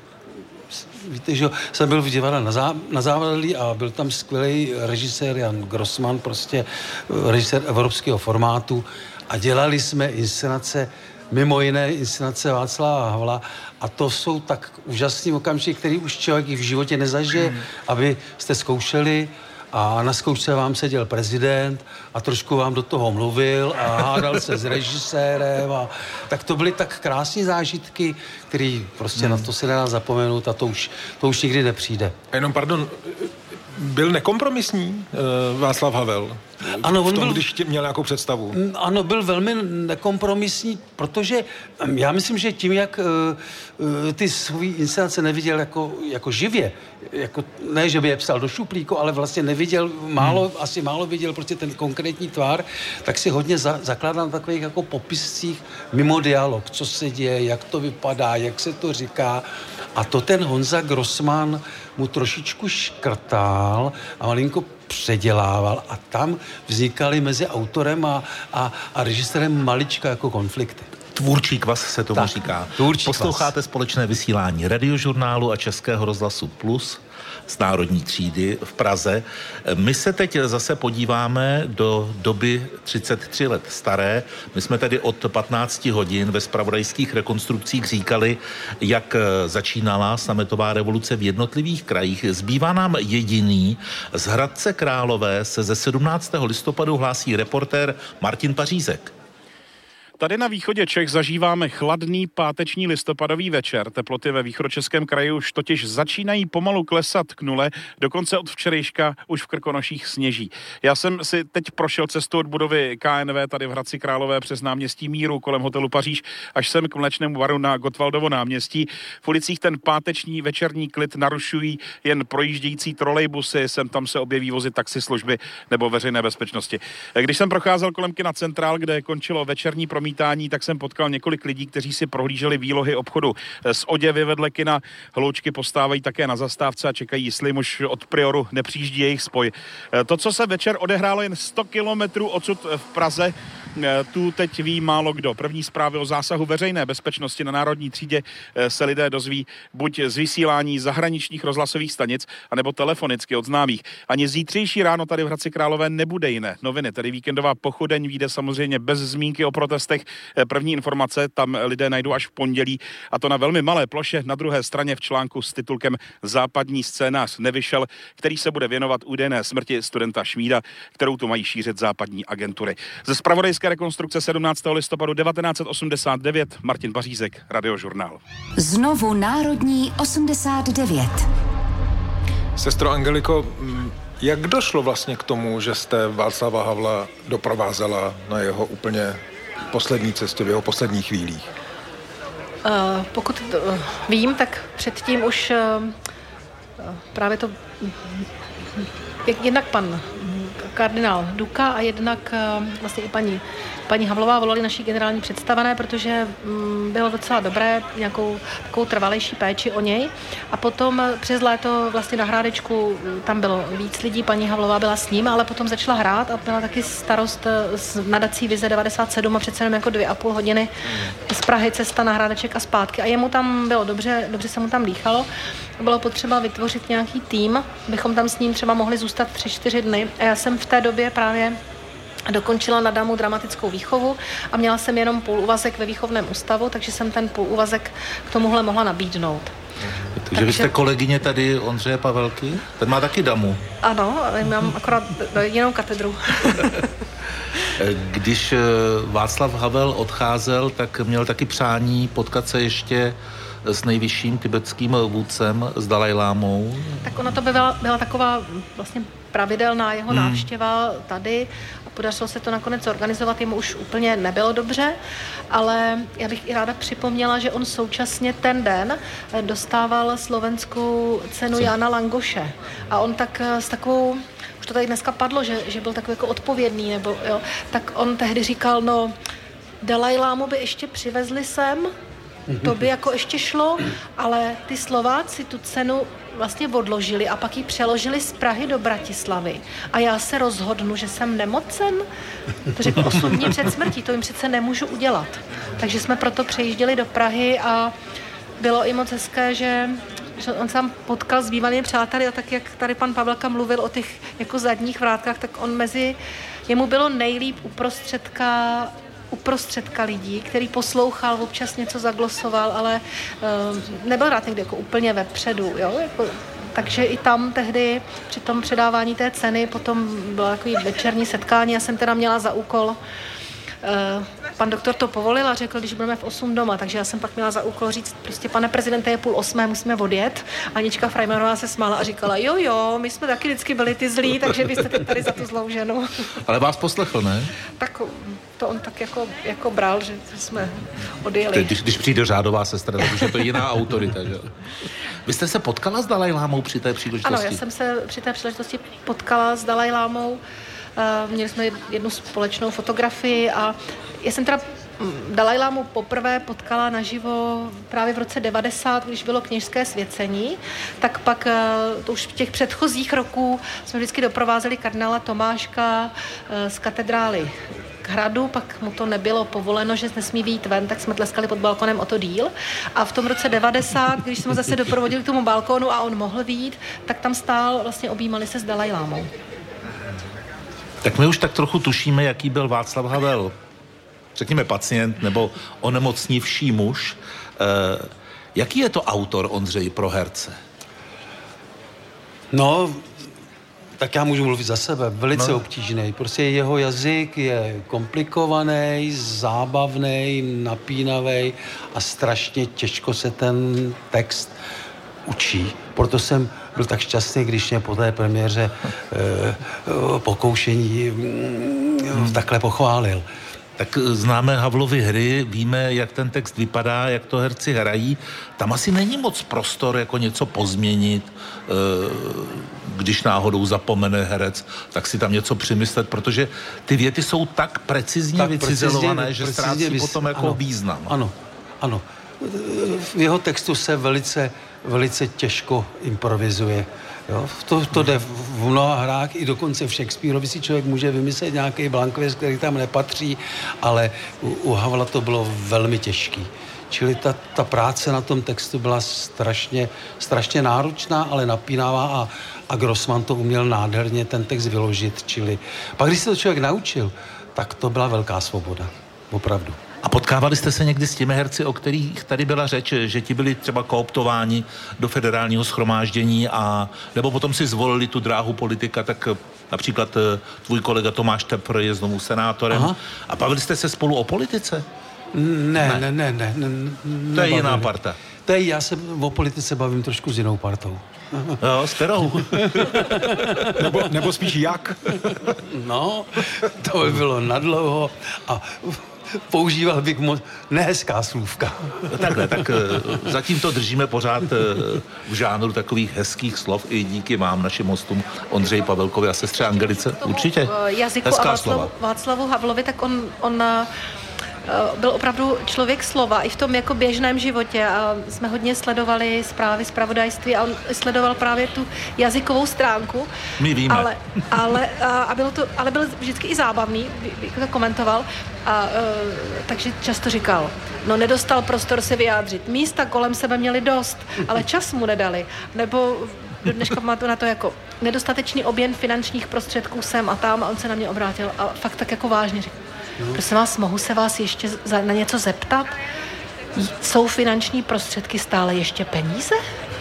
víte, že jsem byl v divadle na Zábradlí a byl tam skvělý režisér Jan Grossman, prostě režisér evropského formátu a dělali jsme inscenace, mimo jiné inscenace Václava Havla a to jsou tak úžasný okamžiky, který už člověk i v životě nezažije, aby jste zkoušeli a na zkoušce vám seděl prezident a trošku vám do toho mluvil a hádal se s režisérem a tak to byly tak krásné zážitky, který prostě na to se nedá zapomenout a to už nikdy nepřijde. Jenom pardon, byl nekompromisní Václav Havel? Ano, v tom, když měl nějakou představu. Ano, byl velmi nekompromisní, protože já myslím, že tím, jak ty svý inscenace neviděl jako živě, jako, ne, že by je psal do šuplíku, ale vlastně neviděl, asi málo viděl prostě ten konkrétní tvár, tak si hodně zakládal na takových jako popiscích mimo dialog, co se děje, jak to vypadá, jak se to říká. A to ten Honza Grossman mu trošičku škrtal a malinko předělával a tam vznikaly mezi autorem a režisérem malička jako konflikty. Tvůrčí kvas se tomu říká. Posloucháte společné vysílání Radiožurnálu a Českého rozhlasu Plus z Národní třídy v Praze. My se teď zase podíváme do doby 33 let staré. My jsme tedy od 15 hodin ve zpravodajských rekonstrukcích říkali, jak začínala sametová revoluce v jednotlivých krajích. Zbývá nám jediný. Z Hradce Králové se ze 17. listopadu hlásí reportér Martin Pařízek. Tady na východě Čech zažíváme chladný páteční listopadový večer. Teploty ve východočeském kraji už totiž začínají pomalu klesat k nule, dokonce od včerejška už v Krkonoších sněží. Já jsem si teď prošel cestu od budovy KNV tady v Hradci Králové přes náměstí Míru kolem hotelu Paříž až sem k Mléčnému baru na Gottwaldovo náměstí. V ulicích ten páteční večerní klid narušují jen projíždějící trolejbusy, sem tam se objeví vozy taxislužby nebo veřejné bezpečnosti. Když jsem procházel kolem kina Centrál, kde končilo večerní promítání, tak jsem potkal několik lidí, kteří si prohlíželi výlohy obchodu s oděvy vedle kina. Hloučky postávají také na zastávce a čekají, jestli už od Prioru nepřijíždí jejich spoj. To, co se večer odehrálo jen 100 kilometrů odsud v Praze, tu teď ví málo kdo. První zprávy o zásahu veřejné bezpečnosti na Národní třídě se lidé dozví buď z vysílání zahraničních rozhlasových stanic, anebo telefonicky od známých. Ani zítřejší ráno tady v Hradci Králové nebude jiné noviny, tedy víkendová pochodeň vyjde samozřejmě bez zmínky o protestech. První informace tam lidé najdou až v pondělí, a to na velmi malé ploše na druhé straně v článku s titulkem Západní scénář nevyšel, který se bude věnovat údajné smrti studenta Šmída, kterou tu mají šířit západní agentury. Ze zpravodajské rekonstrukce 17. listopadu 1989 Martin Pařízek, Radiožurnál. Znovu Národní 89. Sestro Angeliko, jak došlo vlastně k tomu, že jste Václava Havla doprovázela na jeho úplně poslední cestě, v jeho posledních chvílích? Pokud vím, tak předtím už právě to jednak pan kardinál Duka a jednak vlastně i paní Havlová volali naší generální představené, protože bylo docela dobré nějakou takovou trvalejší péči o něj. A potom přes léto vlastně na Hrádečku tam bylo víc lidí, paní Havlová byla s ním, ale potom začala hrát a byla taky starost s nadací Vize 97 a přece jenom jako 2,5 hodiny z Prahy cesta na Hrádeček a zpátky. A jemu tam bylo dobře se mu tam dýchalo. Bylo potřeba vytvořit nějaký tým, bychom tam s ním třeba mohli zůstat 3-4 dny. A já jsem v té době právě dokončila na Damu dramatickou výchovu a měla jsem jenom půlúvazek ve výchovném ústavu, takže jsem ten půlúvazek k tomuhle mohla nabídnout. Takže vy jste kolegyně tady Ondřeje Pavelky? Ten má taky Damu. Ano, ale mám akorát jinou katedru. Když Václav Havel odcházel, tak měl taky přání potkat se ještě s nejvyšším tibetským vůdcem, s Dalajlámou. Tak ona to byla taková vlastně pravidelná jeho návštěva tady a podařilo se to nakonec organizovat, jemu už úplně nebylo dobře, ale já bych i ráda připomněla, že on současně ten den dostával slovenskou cenu Jana Langoše a on tak s takovou, už to tady dneska padlo, že byl takový jako odpovědný, nebo jo, tak on tehdy říkal, no Dalajlámu by ještě přivezli sem, to by jako ještě šlo, ale ty Slováci tu cenu vlastně odložili a pak ji přeložili z Prahy do Bratislavy. A já se rozhodnu, že jsem nemocen. To řekl 8 dní před smrtí, to jim přece nemůžu udělat. Takže jsme proto přejížděli do Prahy a bylo i moc hezké, že on sám potkal s bývalými přáteli a tak, jak tady pan Pavelka mluvil o těch jako zadních vrátkách, tak on jemu bylo nejlíp uprostředka lidí, který poslouchal, občas něco zaglosoval, ale nebyl rád někde jako úplně vepředu, jo? Jako, takže i tam tehdy při tom předávání té ceny potom bylo takový večerní setkání. Já jsem teda měla za úkol, pan doktor to povolil a řekl, když budeme v 8 doma, takže já jsem pak měla za úkol říct, prostě pane prezidente, je 7:30, musíme odjet. Anička Freimanová se smála a říkala, jo, my jsme taky vždycky byli ty zlí, takže vy jste teď tady za tu zlou ženu. Ale vás poslechl, ne? Tak to on tak jako bral, že jsme odjeli. Když přijde řádová sestra, tak už je to jiná autorita, že? Vy jste se potkala s Dalajlámou při té příležitosti? Ano, já jsem se při té příležitosti potkala s Dalajlámou. Měli jsme jednu společnou fotografii a já jsem teda Dalajlámu poprvé potkala naživo právě v roce 90, když bylo kněžské svěcení, tak pak to už v těch předchozích roků jsme vždycky doprovázeli kardinála Tomáška z katedrály k hradu, pak mu to nebylo povoleno, že nesmí vyjít ven, tak jsme tleskali pod balkonem o to díl. A v tom roce 90, když jsme zase doprovodili k tomu balkonu a on mohl vyjít, tak tam stál, vlastně objímali se s Dalajlámou. Tak my už tak trochu tušíme, jaký byl Václav Havel. Řekněme pacient nebo onemocnivší muž. Jaký je to autor, Ondřej, pro herce? No, tak já můžu mluvit za sebe. Velice obtížný. Prostě jeho jazyk je komplikovaný, zábavný, napínavý a strašně těžko se ten text učí. Proto jsem byl tak šťastný, když mě po té premiéře pokoušení takhle pochválil. Tak známe Havlovy hry, víme, jak ten text vypadá, jak to herci hrají. Tam asi není moc prostor jako něco pozměnit, když náhodou zapomene herec, tak si tam něco přimyslet, protože ty věty jsou tak precizně vycizelované, že ztrácí potom jako význam. Ano. V jeho textu se velice těžko improvizuje. Jo? To jde v mnoha hrách, i dokonce v Shakespeareovi si člověk může vymyslet nějaký blankvěs, který tam nepatří, ale u Havla to bylo velmi těžký. Čili ta práce na tom textu byla strašně náročná, ale napínavá a Grossman to uměl nádherně ten text vyložit. Čili pak, když se to člověk naučil, tak to byla velká svoboda. Opravdu. A potkávali jste se někdy s těmi herci, o kterých tady byla řeč, že ti byli třeba kooptováni do federálního shromáždění a nebo potom si zvolili tu dráhu politika, tak například tvůj kolega Tomáš Tepr je znovu senátorem. Aha. A bavili jste se spolu o politice? Ne. To je jiná parta. Já se o politice bavím trošku s jinou partou. Jo, s kterou? nebo spíš jak? No, to by bylo nadlouho a používal bych nehezká slůvka. Takhle, tak zatím to držíme pořád v žánru takových hezkých slov i díky vám, našim hostům Ondřeji Pavelkovi a sestře Angelice. Určitě jazyku hezká a slova. Václavu Havlovi, tak on byl opravdu člověk slova i v tom jako běžném životě a jsme hodně sledovali zprávy zpravodajství a on sledoval právě tu jazykovou stránku. My víme. Ale byl vždycky i zábavný, to komentoval takže často říkal, nedostal prostor se vyjádřit. Místa kolem sebe měli dost, ale čas mu nedali. Nebo do dneška pamatuju na to jako nedostatečný objem finančních prostředků sem a tam a on se na mě obrátil a fakt tak jako vážně řekl. Prosím vás, mohu se vás ještě na něco zeptat? Jsou finanční prostředky stále ještě peníze?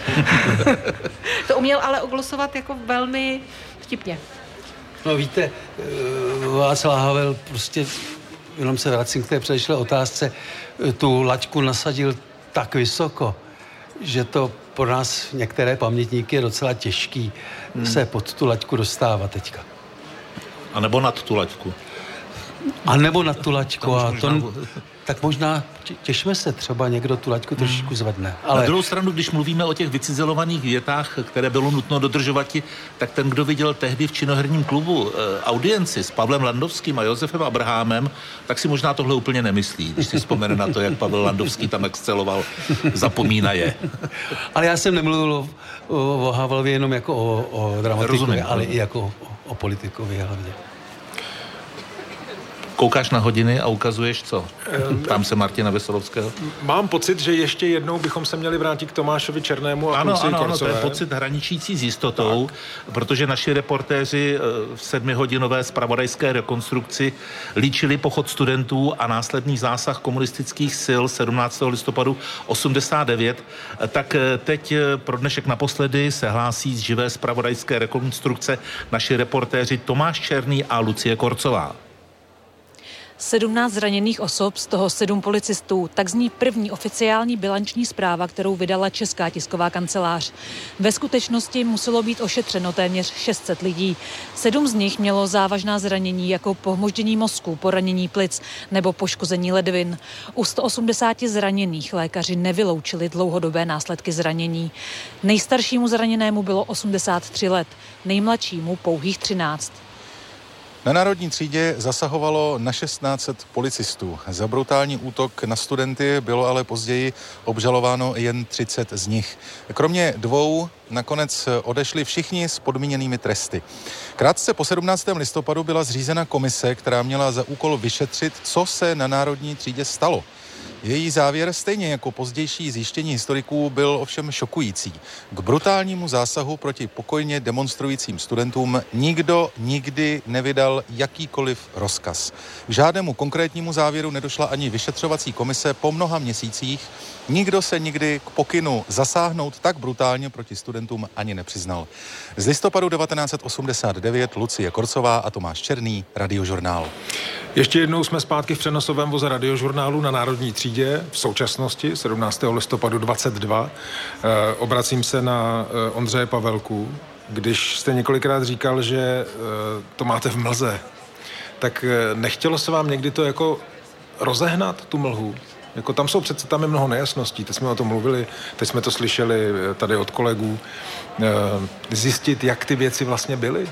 To uměl ale oglosovat jako velmi vtipně. No víte, Václav Havel prostě, jenom se vracím k té předešlé otázce, tu laťku nasadil tak vysoko, že to pro nás některé pamětníky je docela těžký se pod tu laťku dostávat teďka. A nebo nad tu laťku. A nebo na tu laťku. Tak možná těšme se, třeba někdo tu laťku trošičku zvedne. Ale... Na druhou stranu, když mluvíme o těch vycizelovaných větách, které bylo nutno dodržovat, tak ten, kdo viděl tehdy v Činoherním klubu audienci s Pavlem Landovským a Josefem Abrahamem, tak si možná tohle úplně nemyslí, když si vzpomene na to, jak Pavel Landovský tam exceloval, zapomíná je. Ale já jsem nemluvil o Havlovi jenom jako o dramatikovi, ale i jako o politikovi hlavně. Koukáš na hodiny a ukazuješ co? Ptám se Martina Veselovského. Mám pocit, že ještě jednou bychom se měli vrátit k Tomášovi Černému a Lucii Korcové. Ano, to je pocit hraničící s jistotou, tak. Protože naši reportéři v 7hodinové zpravodajské rekonstrukci líčili pochod studentů a následný zásah komunistických sil 17. listopadu 89. Tak teď pro dnešek naposledy se hlásí z živé zpravodajské rekonstrukce naši reportéři Tomáš Černý a Lucie Korcová. 17 zraněných osob, z toho 7 policistů. Tak zní první oficiální bilanční zpráva, kterou vydala Česká tisková kancelář. Ve skutečnosti muselo být ošetřeno téměř 600 lidí. 7 z nich mělo závažná zranění jako pohmoždění mozku, poranění plic nebo poškození ledvin. U 180 zraněných lékaři nevyloučili dlouhodobé následky zranění. Nejstaršímu zraněnému bylo 83 let, nejmladšímu pouhých 13. Na Národní třídě zasahovalo na 1600 policistů. Za brutální útok na studenty bylo ale později obžalováno jen 30 z nich. Kromě 2 nakonec odešli všichni s podmíněnými tresty. Krátce po 17. listopadu byla zřízena komise, která měla za úkol vyšetřit, co se na Národní třídě stalo. Její závěr, stejně jako pozdější zjištění historiků, byl ovšem šokující. K brutálnímu zásahu proti pokojně demonstrujícím studentům nikdo nikdy nevydal jakýkoliv rozkaz. K žádnému konkrétnímu závěru nedošla ani vyšetřovací komise po mnoha měsících. Nikdo se nikdy k pokynu zasáhnout tak brutálně proti studentům ani nepřiznal. Z listopadu 1989 Lucie Korcová a Tomáš Černý, Radiožurnál. Ještě jednou jsme zpátky v přenosovém voze Radiožurnálu na Národní třídě v současnosti 17. listopadu 22. Obracím se na Ondřeje Pavelku. Když jste několikrát říkal, že to máte v mlze, tak nechtělo se vám někdy to jako rozehnat, tu mlhu? Jako tam je mnoho nejasností, teď jsme o tom mluvili, teď jsme to slyšeli tady od kolegů. Zjistit, jak ty věci vlastně byly?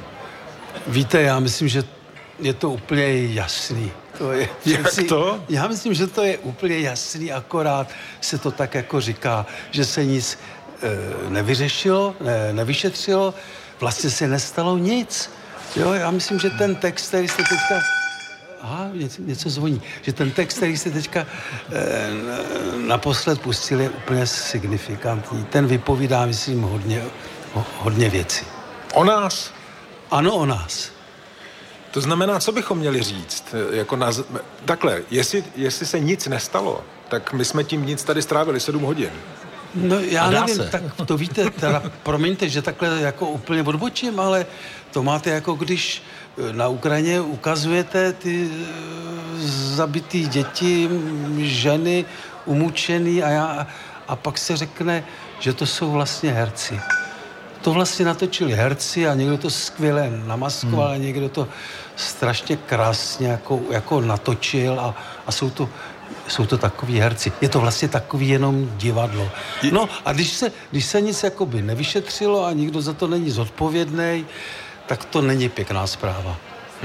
Víte, já myslím, že je to úplně jasný. Jak to? Já myslím, že to je úplně jasný, akorát se to tak jako říká, že se nic nevyřešilo, nevyšetřilo, vlastně se nestalo nic. Jo, já myslím, že ten text, který jste teďka... něco zvoní. Že ten text, který jste teďka naposled pustili, je úplně signifikantní. Ten vypovídá, myslím, hodně věcí. O nás? Ano, o nás. To znamená, co bychom měli říct? Takhle, jestli se nic nestalo, tak my jsme tím nic tady strávili 7 hodin. No já nevím, tak to víte, teda, promiňte, že takhle jako úplně odbočím, ale to máte jako když na Ukrajině ukazujete ty zabitý děti, ženy, umučený a pak se řekne, že to jsou vlastně herci. To vlastně natočili herci a někdo to skvěle namaskoval a někdo to strašně krásně jako natočil a jsou to takový herci. Je to vlastně takový jenom divadlo. No a když se nic jakoby nevyšetřilo a nikdo za to není zodpovědný, tak to není pěkná zpráva.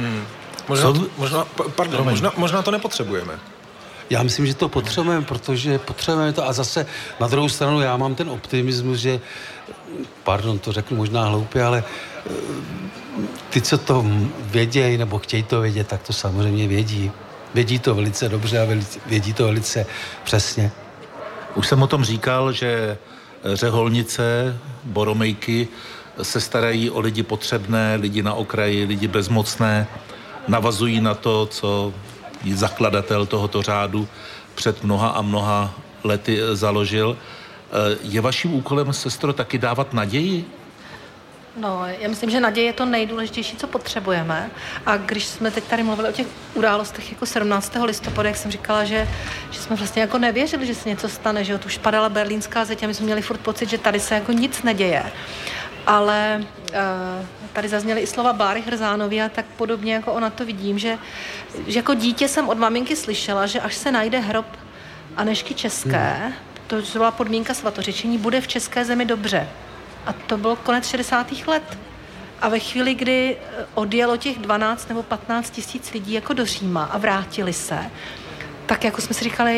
Možná to nepotřebujeme. Já myslím, že to potřebujeme, protože potřebujeme to a zase na druhou stranu já mám ten optimismus, že to řeknu možná hloupě, ale ty, co to vědějí nebo chtějí to vědět, tak to samozřejmě vědí. Vědí to velice dobře a vědí to velice přesně. Už jsem o tom říkal, že řeholnice, boromejky se starají o lidi potřebné, lidi na okraji, lidi bezmocné, navazují na to, co zakladatel tohoto řádu před mnoha a mnoha lety založil. Je vaším úkolem, sestro, taky dávat naději? No, já myslím, že naděje je to nejdůležitější, co potřebujeme. A když jsme teď tady mluvili o těch událostech jako 17. listopadu, jak jsem říkala, že jsme vlastně jako nevěřili, že se něco stane, že už padala berlínská zeď a my jsme měli furt pocit, že tady se jako nic neděje. Ale tady zazněly i slova Báry Hrzánovy a tak podobně jako ona to vidím, že jako dítě jsem od maminky slyšela, že až se najde hrob Anežky České, to byla podmínka svatořečení, bude v české zemi dobře. A to byl konec 60. let. A ve chvíli, kdy odjelo těch 12 nebo 15 tisíc lidí jako do Říma a vrátili se, tak jako jsme si říkali,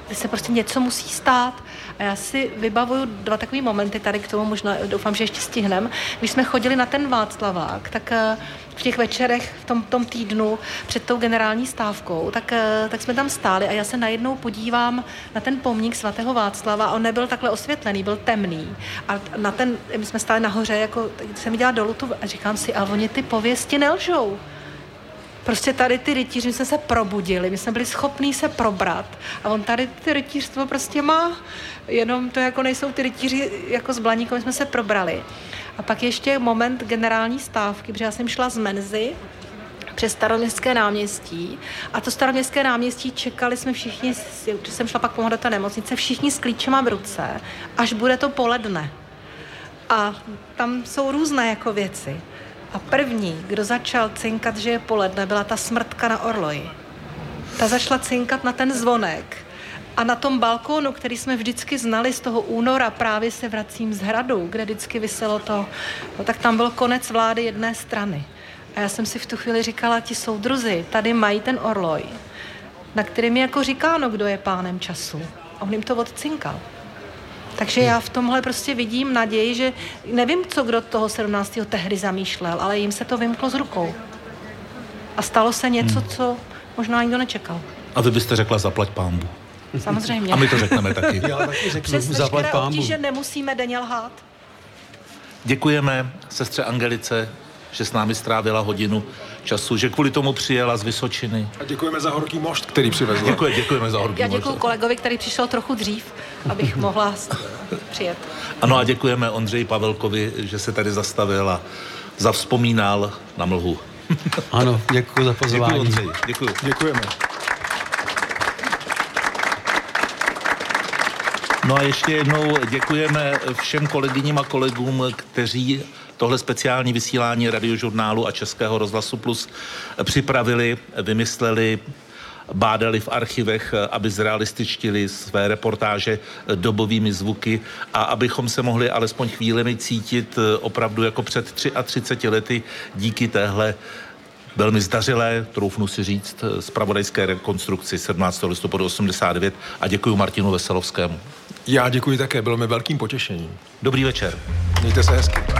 kdy se prostě něco musí stát. A já si vybavuju 2 takové momenty, tady k tomu možná doufám, že ještě stihnem. Když jsme chodili na ten Václavák, tak v těch večerech, v tom týdnu před tou generální stávkou, tak jsme tam stáli a já se najednou podívám na ten pomník svatého Václava a on nebyl takhle osvětlený, byl temný. A my jsme stáli nahoře, jako jsem dělala dolů a říkám si, ale oni ty pověsti nelžou. Prostě tady ty rytíři, my jsme se probudili, my jsme byli schopní se probrat a on tady ty rytířstvo prostě má, jenom to jako nejsou ty rytíři jako z Blaníkova, my jsme se probrali. A pak ještě moment generální stávky, protože já jsem šla z Menzy přes Staroměstské náměstí a to Staroměstské náměstí čekali jsme všichni, když jsem šla pak pomoct do té nemocnice, všichni s klíčema v ruce, až bude to poledne. A tam jsou různé jako věci. A první, kdo začal cinkat, že je poledne, byla ta smrtka na Orloji. Ta začala cinkat na ten zvonek a na tom balkónu, který jsme vždycky znali z toho února, právě se vracím z hradu, kde vždycky viselo to, no, tak tam byl konec vlády jedné strany. A já jsem si v tu chvíli říkala, ti soudruzi tady mají ten Orloj, na kterým je jako říkáno, kdo je pánem času. A on jim to odcinkal. Takže já v tomhle prostě vidím naději, že nevím, co kdo toho 17. tehdy zamýšlel, ale jim se to vymklo z rukou. A stalo se něco, co možná nikdo nečekal. A vy byste řekla zaplať pánbu. Samozřejmě. A my to řekneme taky. Já taky řeknu Přes zaplať veškeré pánbu. obtíže nemusíme denně lhát. Děkujeme sestře Angelice, že s námi strávila hodinu času, že kvůli tomu přijela z Vysočiny. A děkujeme za horký mošt, který přivezla. Děkujeme za horký Já mošt. děkuju kolegovi, který přišel trochu dřív, abych mohla přijet. Ano a děkujeme Ondřeji Pavelkovi, že se tady zastavil a zavzpomínal na mlhu. Ano, děkuji za pozvání. Děkuji, Ondřej. Děkuji. Děkujeme. No a ještě jednou děkujeme všem kolegyním a kolegům, kteří tohle speciální vysílání Radiožurnálu a Českého rozhlasu Plus připravili, vymysleli, bádali v archivech, aby zrealističtili své reportáže dobovými zvuky a abychom se mohli alespoň chvílemi cítit opravdu jako před 33 lety díky téhle velmi zdařilé, troufnu si říct, zpravodajské rekonstrukci 17. listopadu 89 a děkuji Martinu Veselovskému. Já děkuji také, bylo mi velkým potěšením. Dobrý večer. Mějte se hezky.